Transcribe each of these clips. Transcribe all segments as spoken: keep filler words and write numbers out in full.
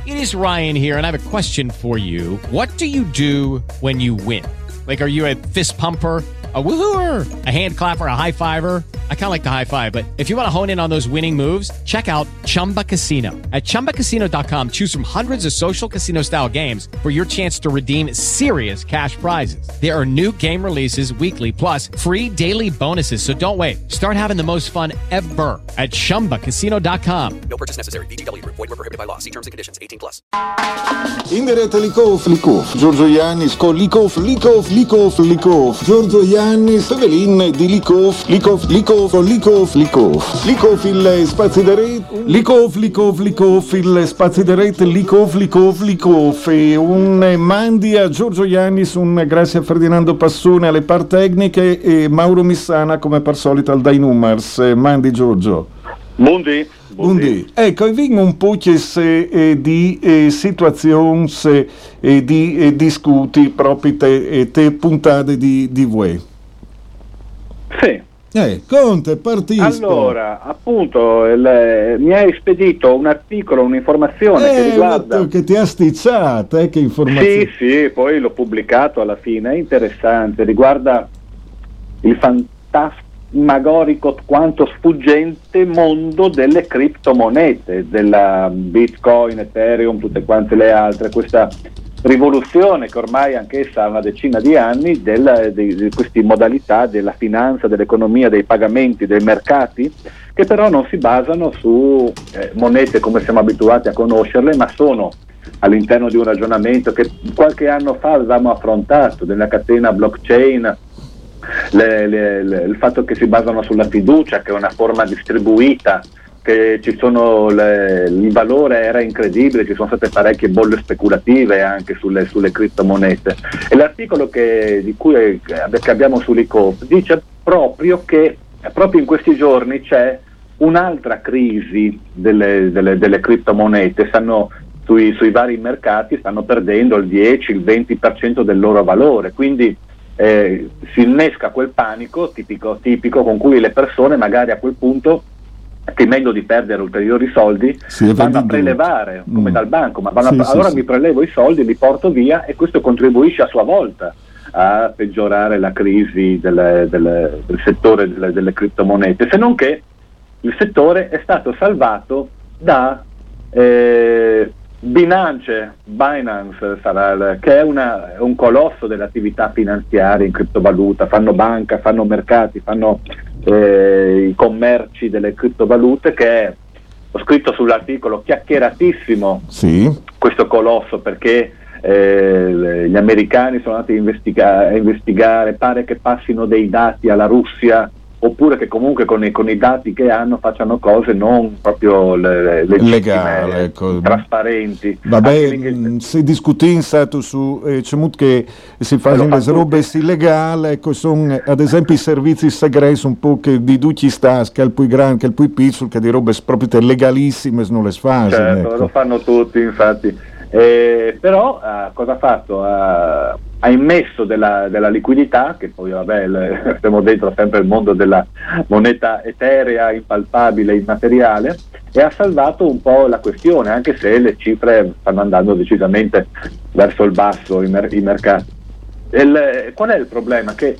It is Ryan here, and I have a question for you. What do you do when you win? Like, are you a fist pumper, a woohooer, a hand clapper, a high fiver? I kind of like the high five, but if you want to hone in on those winning moves, check out Chumba Casino. At chumba casino dot com, choose from hundreds of social casino style games for your chance to redeem serious cash prizes. There are new game releases weekly, plus free daily bonuses. So don't wait. Start having the most fun ever at chumba casino dot com. No purchase necessary. V G W Group. Void where prohibited by law. See terms and conditions. eighteen plus. In diretta Likoff, Likoff, Giorgio Iannis con Likoff, Likoff, Likoff, Likoff, Giorgio Iannis, Evelin di Likoff, Likoff, Likoff, Likoff, Likoff, Likoff il spazi da rete, Likoff, Likoff, Likoff il spazi da rete, Likoff, Likoff, Likoff, e un mandi a Giorgio Iannis, un grazie a Ferdinando Passone alle par tecniche e Mauro Missana come per solito al Dai Numbers. Mandi Giorgio. Buondì. Buondì. Ecco, e vengo un po' eh, di eh, situazioni eh, di eh, discuti proprio te, eh, te puntate di, di voi. Sì. Eh, Conte, partisco. Allora, appunto, il, mi hai spedito un articolo, un'informazione eh, che riguarda... che ti ha sticciato, eh, che informazione. Sì, sì, poi l'ho pubblicato alla fine, è interessante, riguarda il fantasmagorico quanto sfuggente mondo delle criptomonete, della Bitcoin, Ethereum, tutte quante le altre, questa rivoluzione che ormai anch'essa ha una decina di anni del, di, di queste modalità della finanza, dell'economia, dei pagamenti, dei mercati, che però non si basano su eh, monete come siamo abituati a conoscerle, ma sono all'interno di un ragionamento che qualche anno fa avevamo affrontato, della catena blockchain, le, le, le, il fatto che si basano sulla fiducia, che è una forma distribuita, che ci sono le, il valore era incredibile, ci sono state parecchie bolle speculative anche sulle, sulle criptomonete, e l'articolo che, di cui che abbiamo su Likoff dice proprio che proprio in questi giorni c'è un'altra crisi delle, delle, delle criptomonete, stanno sui, sui vari mercati stanno perdendo il dieci, il venti per cento del loro valore, quindi eh, si innesca quel panico tipico, tipico con cui le persone magari a quel punto, temendo di perdere ulteriori soldi, sì, vanno a prelevare come mm. dal banco, ma vanno sì, a, sì, allora sì. mi prelevo i soldi, li porto via, e questo contribuisce a sua volta a peggiorare la crisi del, del, del settore delle, delle criptomonete, se non che il settore è stato salvato da eh, Binance, Binance sarà, che è una, un colosso delle attività finanziarie in criptovaluta, fanno banca, fanno mercati, fanno eh, i commerci delle criptovalute, che è, ho scritto sull'articolo, chiacchieratissimo sì. questo colosso, perché eh, gli americani sono andati a, investiga- a investigare, pare che passino dei dati alla Russia, oppure che comunque con i, con i dati che hanno facciano cose non proprio le, le legale, ecco. trasparenti. Vabbè, che... si discutì in stato su eh, c'è molto che si fanno le robe illegali, ecco, sono ad esempio i servizi segreti un po' che di tutti sta, che il più grande, che il più piccolo, che di robe proprio legalissime non le fanno. Certo, ecco. Lo fanno tutti, infatti. Eh, però eh, cosa ha fatto? Ha, ha immesso della, della liquidità, che poi vabbè le, stiamo dentro sempre il mondo della moneta eterea, impalpabile, immateriale, e ha salvato un po' la questione, anche se le cifre stanno andando decisamente verso il basso, i, mer- i mercati. Il, qual è il problema? Che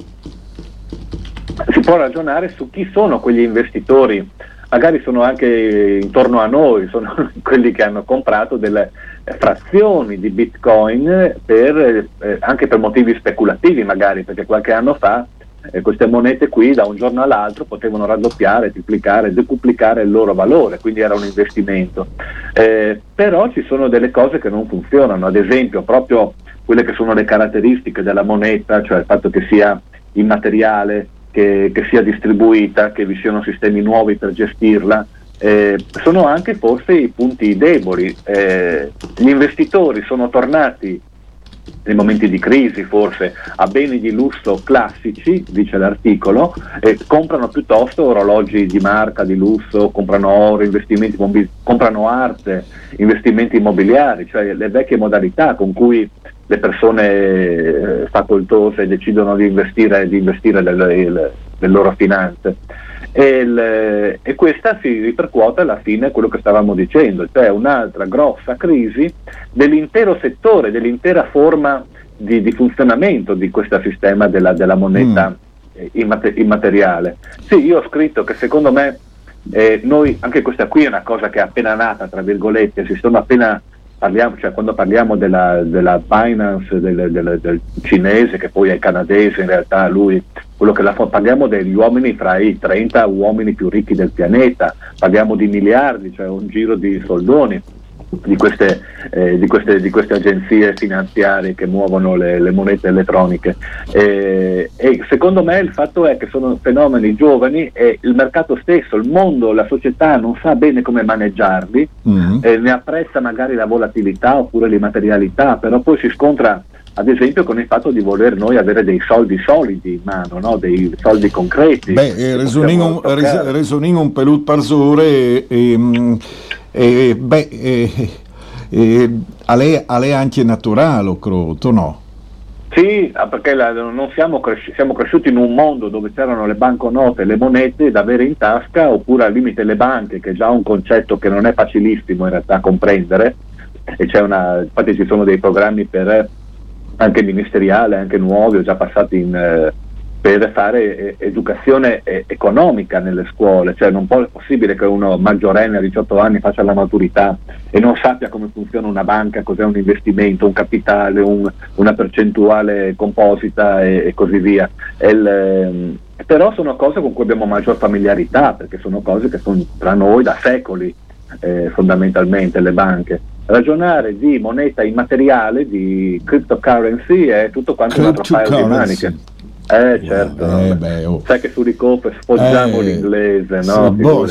si può ragionare su chi sono quegli investitori, magari sono anche intorno a noi, sono quelli che hanno comprato delle frazioni di Bitcoin per, eh, anche per motivi speculativi magari, perché qualche anno fa eh, queste monete qui da un giorno all'altro potevano raddoppiare, triplicare, decuplicare il loro valore, quindi era un investimento. Eh, però ci sono delle cose che non funzionano, ad esempio proprio quelle che sono le caratteristiche della moneta, cioè il fatto che sia immateriale, Che, che sia distribuita, che vi siano sistemi nuovi per gestirla, eh, sono anche forse i punti deboli. Eh, gli investitori sono tornati nei momenti di crisi forse a beni di lusso classici, dice l'articolo, e comprano piuttosto orologi di marca, di lusso, comprano oro, investimenti, comprano arte, investimenti immobiliari, cioè le vecchie modalità con cui le persone eh, facoltose decidono di investire, di investire le, le, le loro finanze. e, il, e questa si ripercuote alla fine quello che stavamo dicendo, cioè un'altra grossa crisi dell'intero settore, dell'intera forma di, di funzionamento di questo sistema della, della moneta mm. immate- immateriale. Sì, io ho scritto che secondo me eh, noi, anche questa qui è una cosa che è appena nata, tra virgolette, si sono appena parliamo, cioè quando parliamo della, della Binance del, del, del cinese, che poi è canadese in realtà, lui quello che la fa, parliamo degli uomini fra i trenta uomini più ricchi del pianeta, parliamo di miliardi, cioè un giro di soldoni di queste, eh, di queste, di queste agenzie finanziarie che muovono le, le monete elettroniche, eh, e secondo me il fatto è che sono fenomeni giovani e il mercato stesso, il mondo, la società non sa bene come maneggiarli, mm-hmm. eh, ne apprezza magari la volatilità oppure l'immaterialità, però poi si scontra ad esempio con il fatto di voler noi avere dei soldi solidi in mano, no? Dei soldi concreti. Beh, eh, resonin un, res, resonin un pelut parsore e, e, e beh e, e, a lei a lei anche naturale, credo, no? Sì, perché la, non siamo, cresci, siamo cresciuti in un mondo dove c'erano le banconote, le monete da avere in tasca, oppure al limite le banche, che è già un concetto che non è facilissimo in realtà comprendere, e c'è una, infatti ci sono dei programmi per anche ministeriale, anche nuovi, ho già passati in, eh, per fare eh, educazione eh, economica nelle scuole, cioè non può, è possibile che uno maggiorenne a diciotto anni faccia la maturità e non sappia come funziona una banca, cos'è un investimento, un capitale, un, una percentuale composita e, e così via. E il, eh, però sono cose con cui abbiamo maggior familiarità, perché sono cose che sono tra noi da secoli, eh, fondamentalmente le banche. Ragionare di moneta immateriale, di cryptocurrency, è tutto quanto un altro paio di maniche. Eh certo, eh, beh, oh. Sai che su Ricope sfoggiamo eh, l'inglese, no? Boh,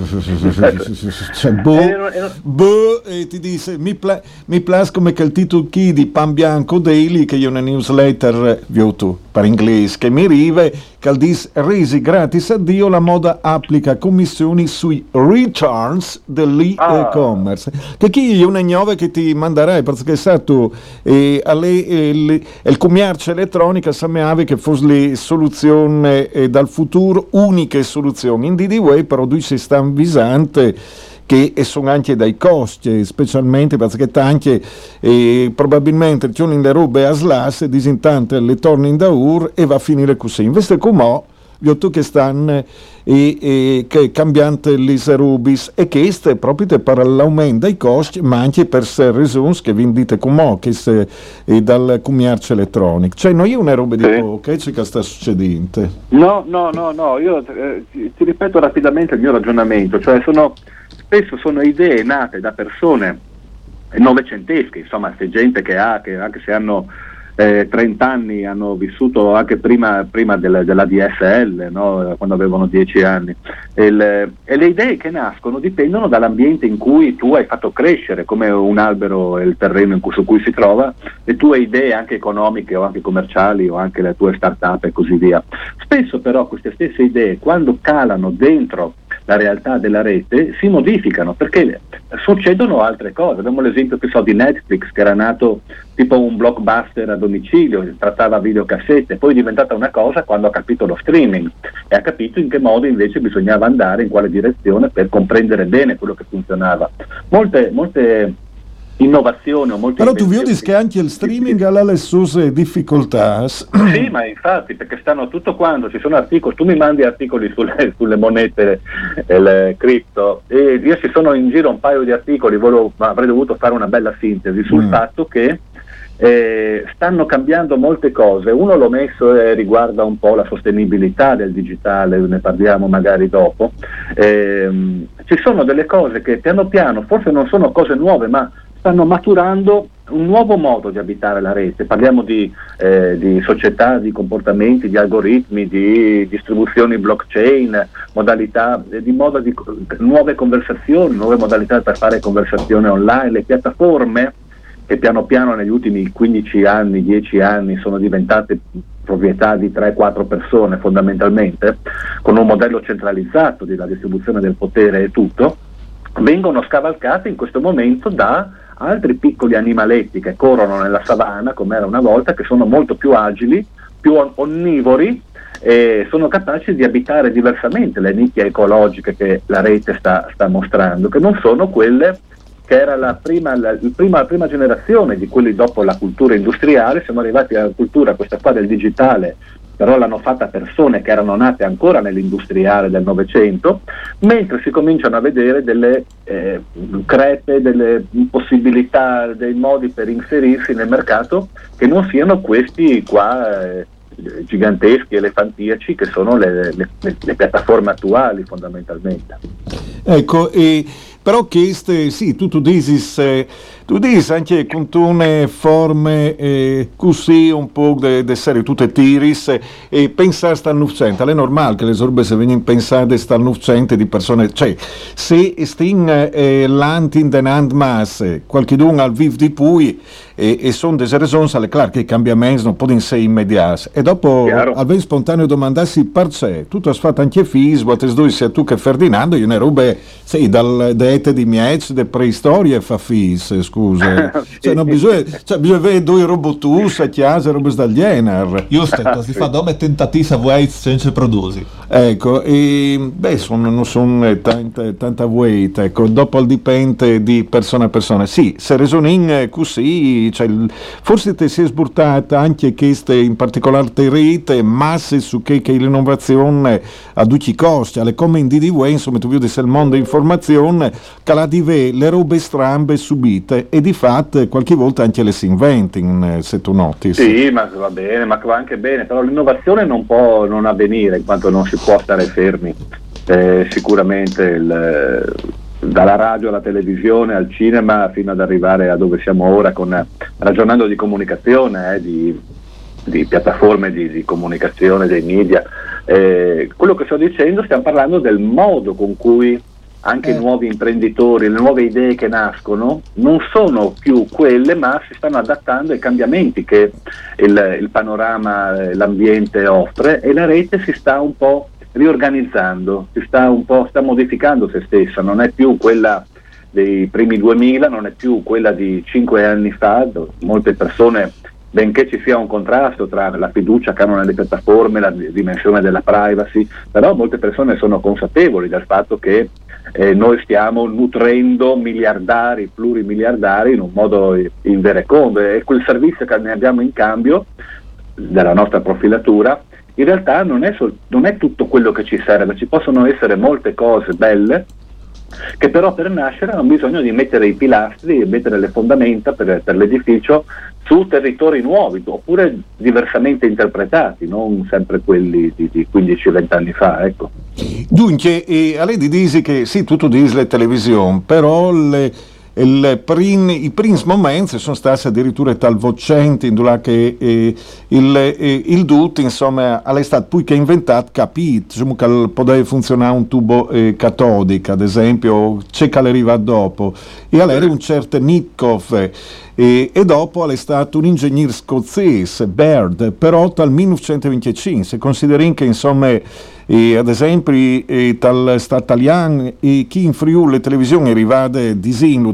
cioè, boh, eh, non, eh, non... boh, e ti dice mi, pla- mi piace come che il titolo chi di Pan Bianco Daily, che io una newsletter vi ho tu per inglese che mi arriva, che dice resi gratis a Dio la moda applica commissioni sui returns dell'e-commerce, ah. che chi è una nuova che ti manderai perché sai tu eh, alle, eh, le, il commercio elettronico sapeva che fosse le soluzioni eh, dal futuro, uniche soluzioni in D D W, però lui si sta avvisando che sono anche dai costi, specialmente perché anche eh, probabilmente c'è le robe a slas e disintante le torni in da ur e va a finire così. Invece come vi ho tu che stanno e, e che cambiante le rubis e che è proprio per l'aumento dei costi, ma anche per se ragioni che vi dite come che se è dal commercio elettronico. Cioè non è una roba di sì. poco, che sta succedendo? No, no, no, no, io eh, ti, ti ripeto rapidamente il mio ragionamento, cioè sono spesso sono idee nate da persone novecentesche, insomma, c'è gente che ha, che anche se hanno eh, trenta anni, hanno vissuto anche prima, prima del, della D S L, no? Quando avevano dieci anni. E le, e le idee che nascono dipendono dall'ambiente in cui tu hai fatto crescere, come un albero è il terreno in cui, su cui si trova, le tue idee anche economiche o anche commerciali o anche le tue start-up e così via. Spesso però queste stesse idee, quando calano dentro la realtà della rete, si modificano perché succedono altre cose. Abbiamo l'esempio che so di Netflix, che era nato tipo un blockbuster a domicilio, trattava videocassette, poi è diventata una cosa quando ha capito lo streaming e ha capito in che modo invece bisognava andare, in quale direzione per comprendere bene quello che funzionava. Molte, molte innovazioni o molte però tu vedi che anche il streaming ha le sue difficoltà. Sì, ma infatti, perché stanno tutto quanto, ci sono articoli, tu mi mandi articoli sulle, sulle monete e le cripto e io ci sono in giro un paio di articoli, volevo, ma avrei dovuto fare una bella sintesi sul mm. fatto che eh, stanno cambiando molte cose. Uno l'ho messo e riguarda un po' la sostenibilità del digitale, ne parliamo magari dopo. Eh, ci sono delle cose che piano piano, forse non sono cose nuove, ma stanno maturando un nuovo modo di abitare la rete. Parliamo di, eh, di società, di comportamenti, di algoritmi, di distribuzioni blockchain, modalità di modo di nuove conversazioni, nuove modalità per fare conversazione online, le piattaforme che piano piano negli ultimi quindici anni, dieci anni sono diventate proprietà di tre quattro persone fondamentalmente, con un modello centralizzato della distribuzione del potere e tutto, vengono scavalcate in questo momento da altri piccoli animaletti che corrono nella savana come era una volta, che sono molto più agili, più onnivori e sono capaci di abitare diversamente le nicchie ecologiche che la rete sta, sta mostrando, che non sono quelle che era la prima, la, il prima, la prima generazione di quelli dopo la cultura industriale. Siamo arrivati alla cultura, questa qua del digitale, però l'hanno fatta persone che erano nate ancora nell'industriale del Novecento, mentre si cominciano a vedere delle eh, crepe, delle possibilità, dei modi per inserirsi nel mercato che non siano questi qua eh, giganteschi, elefantiaci, che sono le, le, le piattaforme attuali fondamentalmente. Ecco, e però queste, sì, tu, tu dici, eh, tu dici anche con tune forme eh, così un po' di essere tutte tiris eh, e pensare sta novecento, è normale che le sorbe se vengono pensate sta novecento di persone, cioè se stin eh, l'anti in denant masse, qualcuno al viv di pui e, e sono delle ragioni, è chiaro che i cambiamenti non possono essere immediati e dopo Chiaro. al ben spontaneo domandarsi per sé, tutto ha fatto anche fis, vuoi due sia tu che Ferdinando, io ne robe, sì, dal dete di miez, de preistorie fa fis, scusa, Sì. cioè non bisogna, cioè bisogna vedere due robotus a chiesa, robe dal genere. Giusto, si fa nome tentativi a voi senza produsi. Ecco, e beh, sono, non sono tanta, tanta weight, ecco, dopo il dipende di persona a persona. Sì, se resonin così, cioè, forse ti si è sburtata anche queste, in particolare te rete, masse su che, che l'innovazione a tutti i costi, alle commendi di voi, insomma, tu vedi se il mondo informazione, che la di ve, le robe strambe subite, e di fatto qualche volta anche le si inventano, se tu noti. Sì, ma va bene, ma va anche bene, però l'innovazione non può non avvenire in quanto non si può stare fermi. Eh, sicuramente il, dalla radio alla televisione al cinema fino ad arrivare a dove siamo ora, con, ragionando di comunicazione, eh, di, di piattaforme di, di comunicazione, dei media. Eh, quello che sto dicendo, stiamo parlando del modo con cui anche Eh. i nuovi imprenditori, le nuove idee che nascono non sono più quelle, ma si stanno adattando ai cambiamenti che il, il panorama, l'ambiente offre, e la rete si sta un po' riorganizzando, si sta un po' sta modificando se stessa, non è più quella dei primi duemila, non è più quella di cinque anni fa. Molte persone, benché ci sia un contrasto tra la fiducia che hanno nelle piattaforme, la dimensione della privacy, però molte persone sono consapevoli del fatto che eh, noi stiamo nutrendo miliardari, plurimiliardari in un modo inverecondo, e quel servizio che ne abbiamo in cambio della nostra profilatura in realtà non è, sol- non è tutto quello che ci serve. Ci possono essere molte cose belle che però per nascere hanno bisogno di mettere i pilastri e mettere le fondamenta per, per l'edificio su territori nuovi, oppure diversamente interpretati, non sempre quelli di, di quindici venti anni fa, ecco. Dunque, eh, a lei di dici che sì, tutto dice le televisioni, però le, il prin, i primi momenti sono stati addirittura talvocenti, in dove che eh, il, eh, il D U T, insomma, è stato poi che inventato, capito, insomma, che poteva funzionare un tubo eh, catodico, ad esempio, c'è che arriva dopo, e all'era un certo Nipkow, E, e dopo è stato un ingegnere scozzese, Baird, però dal millenovecentoventicinque, se consideriamo che insomma, eh, ad esempio, eh, dal Stato italiano, eh, chi in Friuli le televisioni arrivate disinlo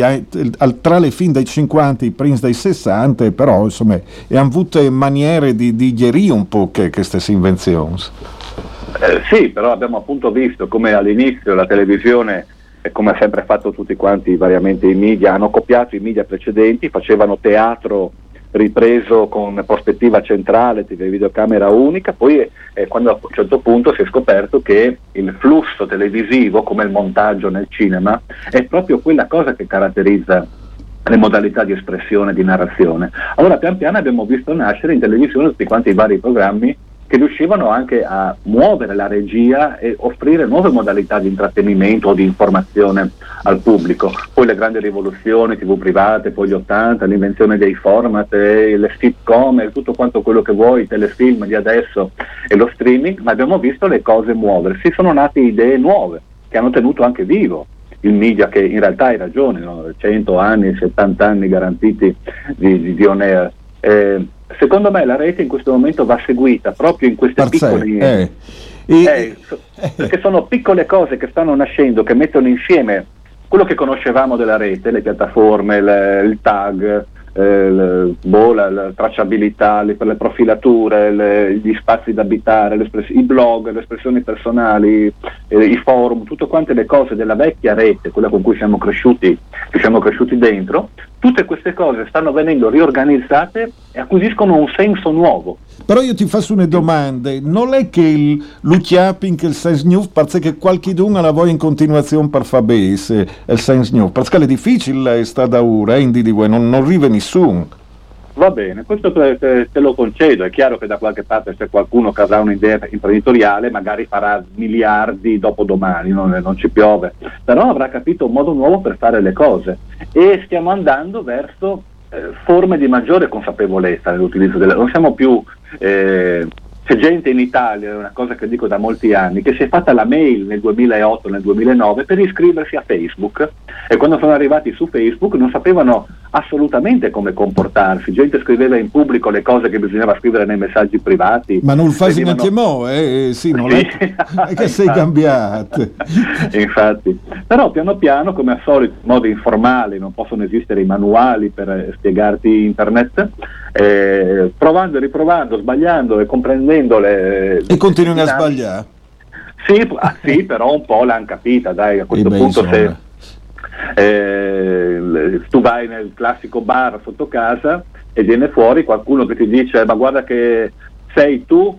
tra le fin dai cinquanta e i primi dai sessanta, però insomma, e hanno avuto maniere di, di gherire un po' che queste invenzioni. Eh, sì, però abbiamo appunto visto come all'inizio la televisione, e come ha sempre fatto tutti quanti variamente i media, hanno copiato i media precedenti, facevano teatro ripreso con prospettiva centrale, videocamera unica, poi eh, quando a un certo punto si è scoperto che il flusso televisivo, come il montaggio nel cinema, è proprio quella cosa che caratterizza le modalità di espressione, di narrazione. Allora pian piano abbiamo visto nascere in televisione tutti quanti i vari programmi che riuscivano anche a muovere la regia e offrire nuove modalità di intrattenimento o di informazione al pubblico. Poi le grandi rivoluzioni, tivù private, poi gli ottanta, l'invenzione dei format, e le sitcom e tutto quanto quello che vuoi, i telefilm di adesso e lo streaming, ma abbiamo visto le cose muoversi, sono nate idee nuove che hanno tenuto anche vivo il media, che in realtà hai ragione, no? cento anni, settanta anni garantiti di, di, di on air. Eh, secondo me la rete in questo momento va seguita proprio in queste Parzè, piccole eh. eh, so, perché sono piccole cose che stanno nascendo, che mettono insieme quello che conoscevamo della rete, le piattaforme, le, il tag, eh, boh, la, la tracciabilità, le, le profilature, le, gli spazi da abitare, i blog, le espressioni personali, eh, i forum, tutte quante le cose della vecchia rete, quella con cui siamo cresciuti, che siamo cresciuti dentro, tutte queste cose stanno venendo riorganizzate e acquisiscono un senso nuovo. Però io ti faccio una domanda, non è che il l'Uchiapping, il Sense New, perché qualcuno la vuole in continuazione per fare bene il Sense New, perché è difficile sta da ora, eh, di voi, non, non arriva nessuno. Va bene, questo te, te, te lo concedo, è chiaro che da qualche parte c'è qualcuno che avrà un'idea imprenditoriale, magari farà miliardi dopo domani, non, non ci piove, però avrà capito un modo nuovo per fare le cose e stiamo andando verso eh, forme di maggiore consapevolezza nell'utilizzo delle... non siamo più... Eh, c'è gente in Italia, è una cosa che dico da molti anni, che si è fatta la mail nel duemilaotto, nel duemilanove per iscriversi a Facebook e quando sono arrivati su Facebook non sapevano assolutamente come comportarsi, gente scriveva in pubblico le cose che bisognava scrivere nei messaggi privati. Ma non lo fai venivano... neanche mo, eh? Sì, non sì. è, è che sei cambiato. Infatti, però piano piano, come al solito, in modo informale, non possono esistere i manuali per spiegarti internet, eh, provando e riprovando, sbagliando e comprendendo le... E continuano a sbagliare? Sì, ah, sì, però un po' l'hanno capita, dai, a questo beh, punto insomma. se eh, tu vai nel classico bar sotto casa e viene fuori qualcuno che ti dice ma guarda che sei tu,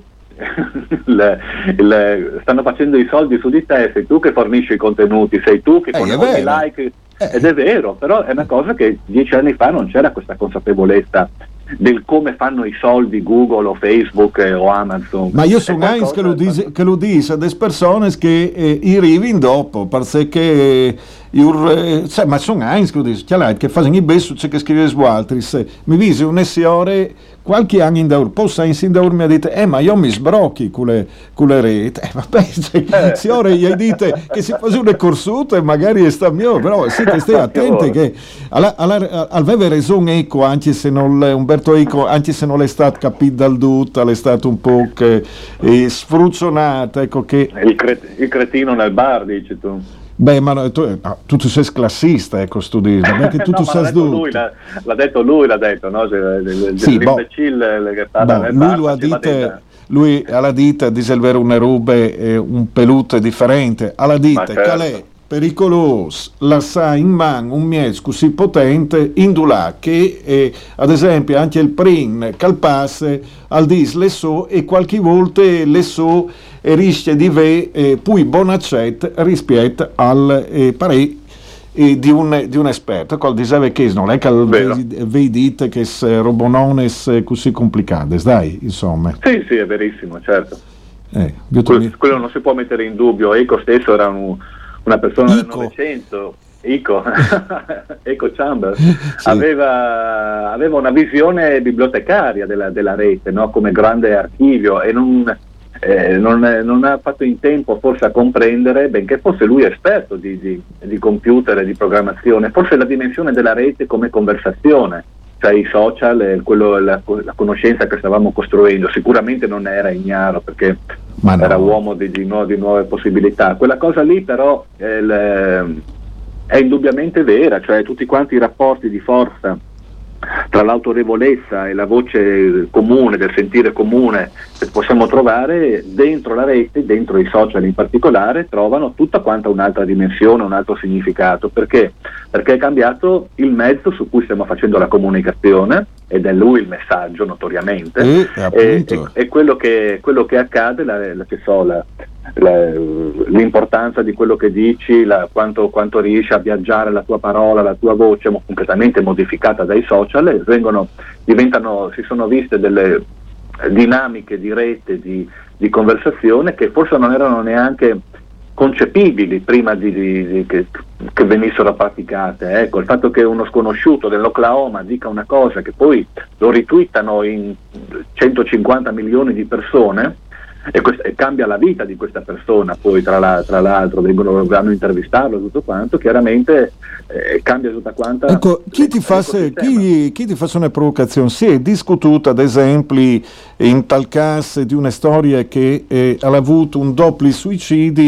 il, il, stanno facendo i soldi su di te, sei tu che fornisci i contenuti, sei tu che eh, con i like, eh. ed è vero, però è una cosa che dieci anni fa non c'era questa consapevolezza del come fanno i soldi Google o Facebook eh, o Amazon. Ma io sono Heinz che lo dice, che lo dice a delle persone che eh, arrivano dopo, perché eh, io, eh, cioè, ma sono Heinz che lo dice, che fanno i bessi, c'è che scrive su altri, se mi visi un ore qualche anno in daur, poi Heinz in daur mi ha detto, eh ma io mi sbrocchi con le, con le reti, eh vabbè, cioè, se ora gli dite che si fa una corsute magari sta mio, però siete stai attenti che alla, alla, aveva ragione Eco, anche se non Umberto Eco, anche se non è stato capito dal tutto, è stato un po' che, eh, sfruzzonata, ecco che... Il, cret- il cretino nel bar, dici tu. Beh, ma tu, no, tu, tu sei classista, ecco, studi, ma che tu, no, tu ma sai l'ha, detto lui, l'ha, l'ha detto lui, l'ha detto, no? Cioè, sì, l'imbecille boh, che parla boh, nel lui bar, lo ha dite, lui alla dita dice il vero una roba, eh, un pelute differente, alla dita, certo. Calè, pericoloso, lasciare in mano un mezzo così potente, indulà che eh, ad esempio anche il prin calpasse al dis le so e qualche volta le so e rischia di ve eh, poi bonaccet rispetto al eh, pare eh, di, un, di un esperto col diceva che non è che vi dite che se robonones così complicate, dai, insomma. Sì, sì, è verissimo, certo. Eh, quello, quello non si può mettere in dubbio. Eco stesso era un una persona Ico. del Novecento, Ico, Eco Chambers, sì. aveva, aveva una visione bibliotecaria della, della rete, no? Come grande archivio e non, eh, non, non ha fatto in tempo forse a comprendere, benché fosse lui esperto di, di, di computer e di programmazione, forse la dimensione della rete come conversazione, cioè i social e quello, la, la conoscenza che stavamo costruendo. Sicuramente non era ignaro perché Ma no. era uomo di, di, nu- di nuove possibilità. Quella cosa lì però è, il, è indubbiamente vera, cioè tutti quanti i rapporti di forza tra l'autorevolezza e la voce comune, del sentire comune che possiamo trovare dentro la rete, dentro i social in particolare, trovano tutta quanta un'altra dimensione, un altro significato. Perché? Perché è cambiato il mezzo su cui stiamo facendo la comunicazione ed è lui il messaggio notoriamente e, e, e, e quello, che, quello che accade, la, la, che so, la, la, l'importanza di quello che dici, la, quanto, quanto riesci a viaggiare la tua parola, la tua voce completamente modificata dai social, e vengono, diventano, si sono viste delle dinamiche di rete, di, di conversazione che forse non erano neanche concepibili prima di, di, di, che, che venissero praticate. Ecco, il fatto che uno sconosciuto dell'Oklahoma dica una cosa che poi lo ritwittano in centocinquanta milioni di persone e, quest- e cambia la vita di questa persona, poi tra, la, tra l'altro vengono, vanno a intervistarlo, tutto quanto, chiaramente eh, cambia tutta quanta. Ecco, chi ti, fa se, chi, chi ti fa una provocazione? Si è discututa ad esempio in tal caso di una storia che eh, ha avuto un doppio suicidi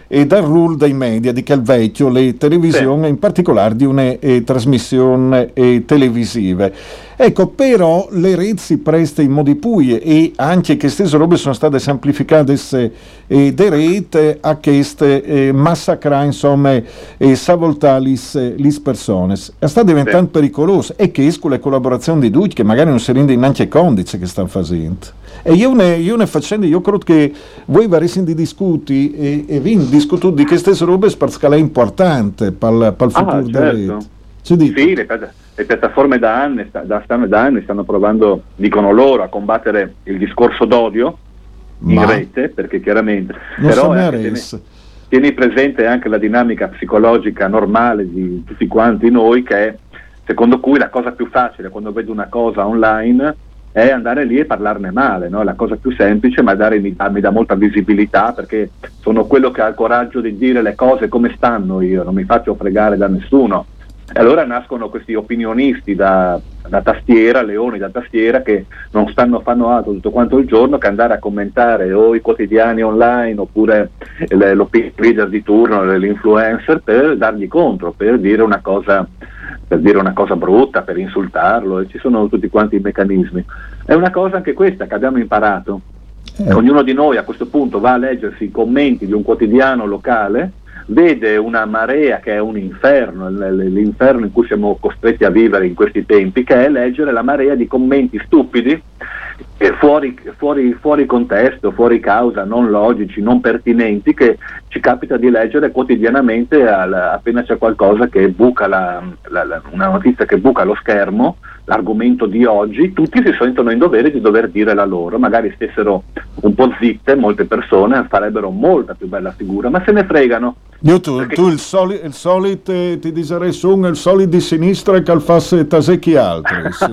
e dal rule dei media, di che il vecchio, le televisioni, sì. in particolare di una eh, trasmissione eh, televisive. Ecco, però le reti si presta in modi pui e anche che queste robe sono state semplificate eh, de rete a queste eh, massacrare, insomma, e eh, savoltare le persone. Sta diventando sì. pericoloso e che esco le collaborazioni di tutti che magari non si rende neanche conto che stanno facendo. E io ne, io ne facendo, io credo che voi varissimo di discuti e, e vi discututo di queste robe per scala importante per il futuro ah, della certo. rete. Sì, le, le piattaforme da anni, da, stanno, da anni stanno provando, dicono loro, a combattere il discorso d'odio in Ma rete, perché chiaramente non però tieni, tieni presente anche la dinamica psicologica normale di tutti quanti noi, che è, secondo cui la cosa più facile quando vedo una cosa online è andare lì e parlarne male, no? La cosa più semplice, ma dare, mi, mi dà molta visibilità, perché sono quello che ha il coraggio di dire le cose come stanno, io non mi faccio fregare da nessuno. E allora nascono questi opinionisti da, da tastiera, leoni da tastiera, che non stanno fanno altro tutto quanto il giorno che andare a commentare o i quotidiani online oppure le, l'opinion leader di turno, l'influencer, per dargli contro, per dire una cosa per dire una cosa brutta, per insultarlo, e ci sono tutti quanti i meccanismi. È una cosa anche questa che abbiamo imparato. Eh. Ognuno di noi a questo punto va a leggersi i commenti di un quotidiano locale, vede una marea che è un inferno, l'inferno in cui siamo costretti a vivere in questi tempi, che è leggere la marea di commenti stupidi, eh, fuori, fuori, fuori contesto, fuori causa, non logici, non pertinenti, che ci capita di leggere quotidianamente al, appena c'è qualcosa che buca la, la, la, una notizia che buca lo schermo, l'argomento di oggi, tutti si sentono in dovere di dover dire la loro, magari stessero un po' zitte, molte persone farebbero molta più bella figura, ma se ne fregano. Io tu, perché... tu il solito il solito eh, ti diserei su il solito di sinistra che al fasse tasecchi altri. Sì.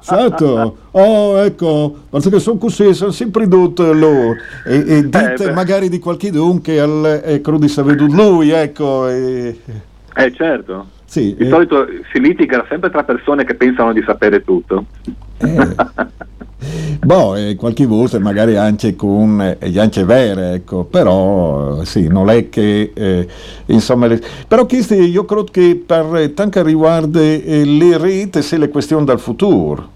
Certo, oh ecco, perché sono così, sono sempre tutti loro. E, e dite eh, magari di qualche don che al eh, crudi sa veduto lui, ecco. E... Eh certo. Sì, di eh... solito si litiga sempre tra persone che pensano di sapere tutto. Eh. Boh, eh, qualche volta magari anche con eh, anche vere, ecco, però sì, non è che eh, insomma, le, però questi io credo che per tanto riguarda eh, le reti se le questioni del futuro.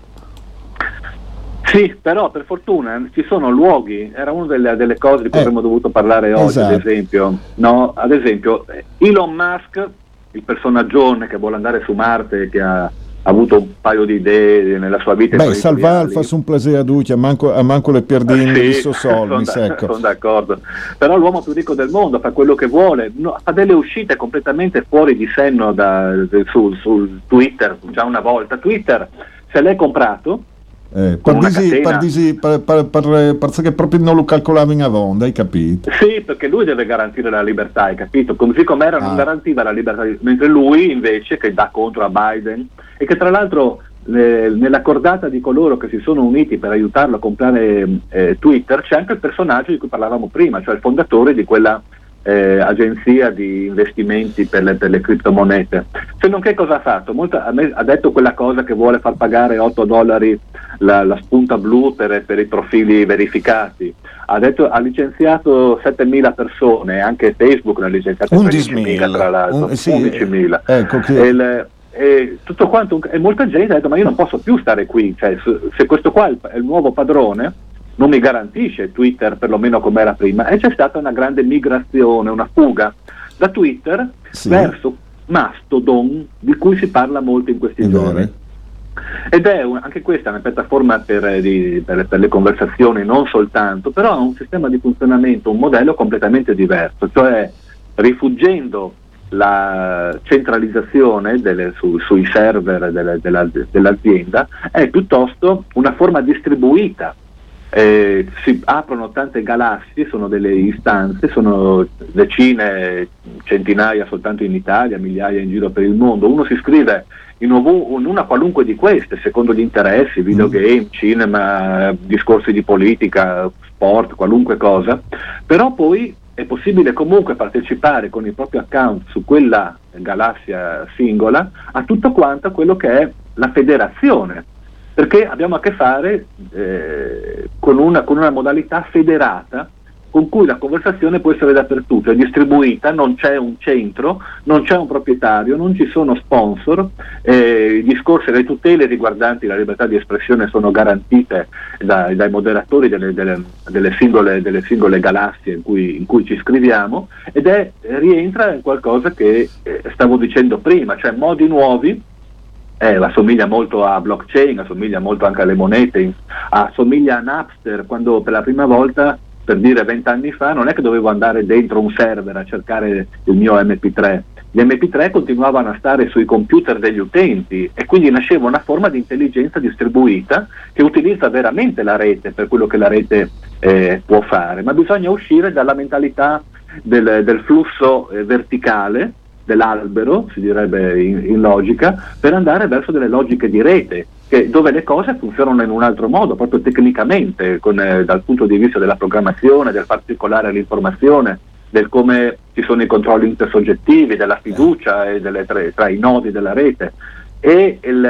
Sì, però per fortuna ci sono luoghi, era una delle, delle cose di cui eh, avremmo dovuto parlare oggi, esatto. ad esempio, no? Ad esempio Elon Musk, il personaggione che vuole andare su Marte, che ha ha avuto un paio di idee nella sua vita. Beh, salvar fa un piacere a tutti, a manco, a manco le perdine sì, di suo sol, sono, da, sono d'accordo, però l'uomo più ricco del mondo fa quello che vuole, no, fa delle uscite completamente fuori di senno da, de, su, su Twitter, già una volta Twitter se l'è comprato Eh, per, disi, per, disi, per, per, per, perché proprio non lo calcolava in avonda, hai capito? Sì, perché lui deve garantire la libertà, hai capito? Così com'era ah. non garantiva la libertà, mentre lui invece, che dà contro a Biden, e che tra l'altro le, nella cordata di coloro che si sono uniti per aiutarlo a comprare eh, Twitter c'è anche il personaggio di cui parlavamo prima, cioè il fondatore di quella Eh, agenzia di investimenti per le, per le criptomonete. Se non che cosa ha fatto? Molta, a me, ha detto quella cosa che vuole far pagare otto dollari la, la spunta blu per, per i profili verificati, ha, detto, ha licenziato settemila persone, anche Facebook ne ha licenziato undicimila tra l'altro, un, sì, undicimila ecco che... e le, e tutto quanto, e molta gente ha detto ma io non posso più stare qui, cioè, se, se questo qua è il, è il nuovo padrone non mi garantisce Twitter perlomeno come era prima, e c'è stata una grande migrazione, una fuga da Twitter sì. verso Mastodon, di cui si parla molto in questi è giorni vero. Ed è un, anche questa una piattaforma per, di, per, per le conversazioni, non soltanto, però ha un sistema di funzionamento, un modello completamente diverso, cioè rifuggendo la centralizzazione delle, su, sui server delle, della, dell'azienda, è piuttosto una forma distribuita. Eh, si aprono tante galassie, sono delle istanze, sono decine, centinaia soltanto in Italia, migliaia in giro per il mondo. Uno si iscrive in, ov- in una qualunque di queste, secondo gli interessi, videogame, cinema, discorsi di politica, sport, qualunque cosa, però poi è possibile comunque partecipare con il proprio account su quella galassia singola a tutto quanto quello che è la federazione, perché abbiamo a che fare eh, con, una, con una modalità federata con cui la conversazione può essere dappertutto, è distribuita, non c'è un centro, non c'è un proprietario, non ci sono sponsor, eh, i discorsi e le tutele riguardanti la libertà di espressione sono garantite dai, dai moderatori delle, delle, delle, singole, delle singole galassie in cui, in cui ci scriviamo, ed è rientra in qualcosa che eh, stavo dicendo prima, cioè modi nuovi. Eh, assomiglia molto a blockchain, assomiglia molto anche alle monete, assomiglia a Napster, quando per la prima volta, per dire vent'anni fa, non è che dovevo andare dentro un server a cercare il mio emme pi tre, gli emme pi tre continuavano a stare sui computer degli utenti e quindi nasceva una forma di intelligenza distribuita che utilizza veramente la rete per quello che la rete eh, può fare, ma bisogna uscire dalla mentalità del, del flusso eh, verticale, dell'albero, si direbbe in, in logica, per andare verso delle logiche di rete, che, dove le cose funzionano in un altro modo, proprio tecnicamente, con, eh, dal punto di vista della programmazione, del far circolare l'informazione, del come ci sono i controlli intersoggettivi, della fiducia e delle, tra, tra i nodi della rete. E, il,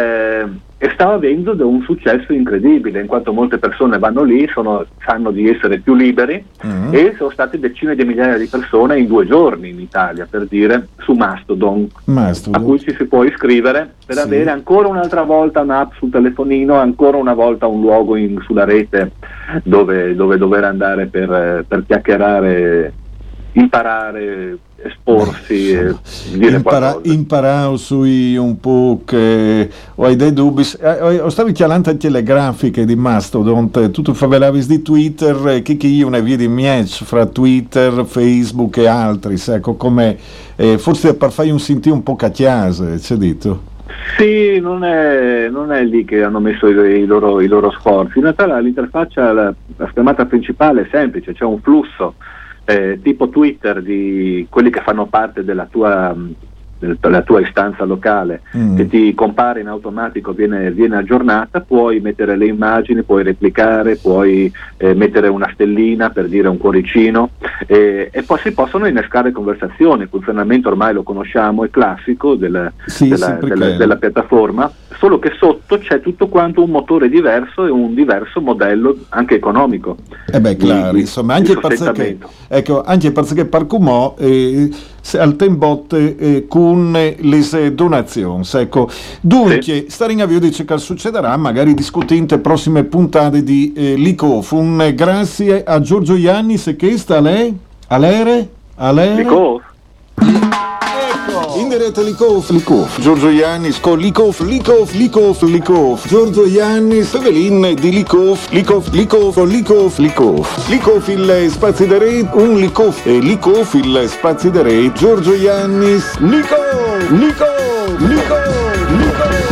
e sta avendo un successo incredibile, in quanto molte persone vanno lì, sono, sanno di essere più liberi, mm-hmm. e sono state decine di migliaia di persone in due giorni in Italia, per dire, su Mastodon, Mastodon. a cui ci si può iscrivere per sì. avere ancora un'altra volta un'app sul telefonino, ancora una volta un luogo in, sulla rete dove, dove dover andare per, per chiacchierare, imparare, esporsi e dire Impara, imparare sui un po' che ho hai dei dubbi, ho stato chialando anche le grafiche di Mastodon, tu favelavi di Twitter, che che io ne vedi match fra Twitter, Facebook e altri, ecco come eh, forse per fare un sentire un po' cacchiase, c'è detto. Sì, non è, non è lì che hanno messo i, i, loro, i loro sforzi, in realtà l'interfaccia, la, la schermata principale è semplice, c'è un flusso Eh, tipo Twitter di quelli che fanno parte della tua, della tua istanza locale, mm. che ti compare in automatico, viene, viene aggiornata, puoi mettere le immagini, puoi replicare, puoi eh, mettere una stellina per dire un cuoricino, eh, e poi si possono innescare conversazioni. Il funzionamento ormai lo conosciamo, è classico del, sì, della, della, della piattaforma, solo che sotto c'è tutto quanto un motore diverso e un diverso modello anche economico. Eh beh, claro, insomma, anche perché, ecco, anche perché per come eh, al tempo eh, con le donazioni, ecco, dunque sì. stare a vedere dice che succederà, magari discutente prossime puntate di eh, Licof. Un grazie a Giorgio Iannis che sta a lei, a lei, a lei. Licof. In diretta Licof, Licof, Giorgio Iannis con Licof, Licof, Licof, Licof, Giorgio Iannis, Fevelin di Licof, Licof, Licof, Licof, Licof, Licof il spazi da re, un Licof e Licof il spazi da re, Giorgio Iannis, Licof, Licof, Licof, Licof.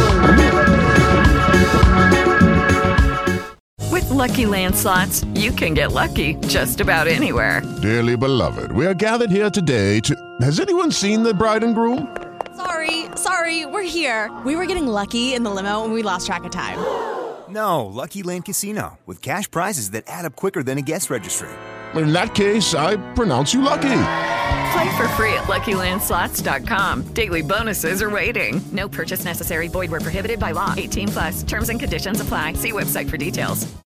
With Lucky Land Slots, you can get lucky just about anywhere. Dearly beloved, we are gathered here today to... Has anyone seen the bride and groom? Sorry, sorry, we're here. We were getting lucky in the limo and we lost track of time. No, Lucky Land Casino, with cash prizes that add up quicker than a guest registry. In that case, I pronounce you lucky. Play for free at lucky land slots dot com. Daily bonuses are waiting. No purchase necessary. Void where prohibited by law. eighteen plus. Terms and conditions apply. See website for details.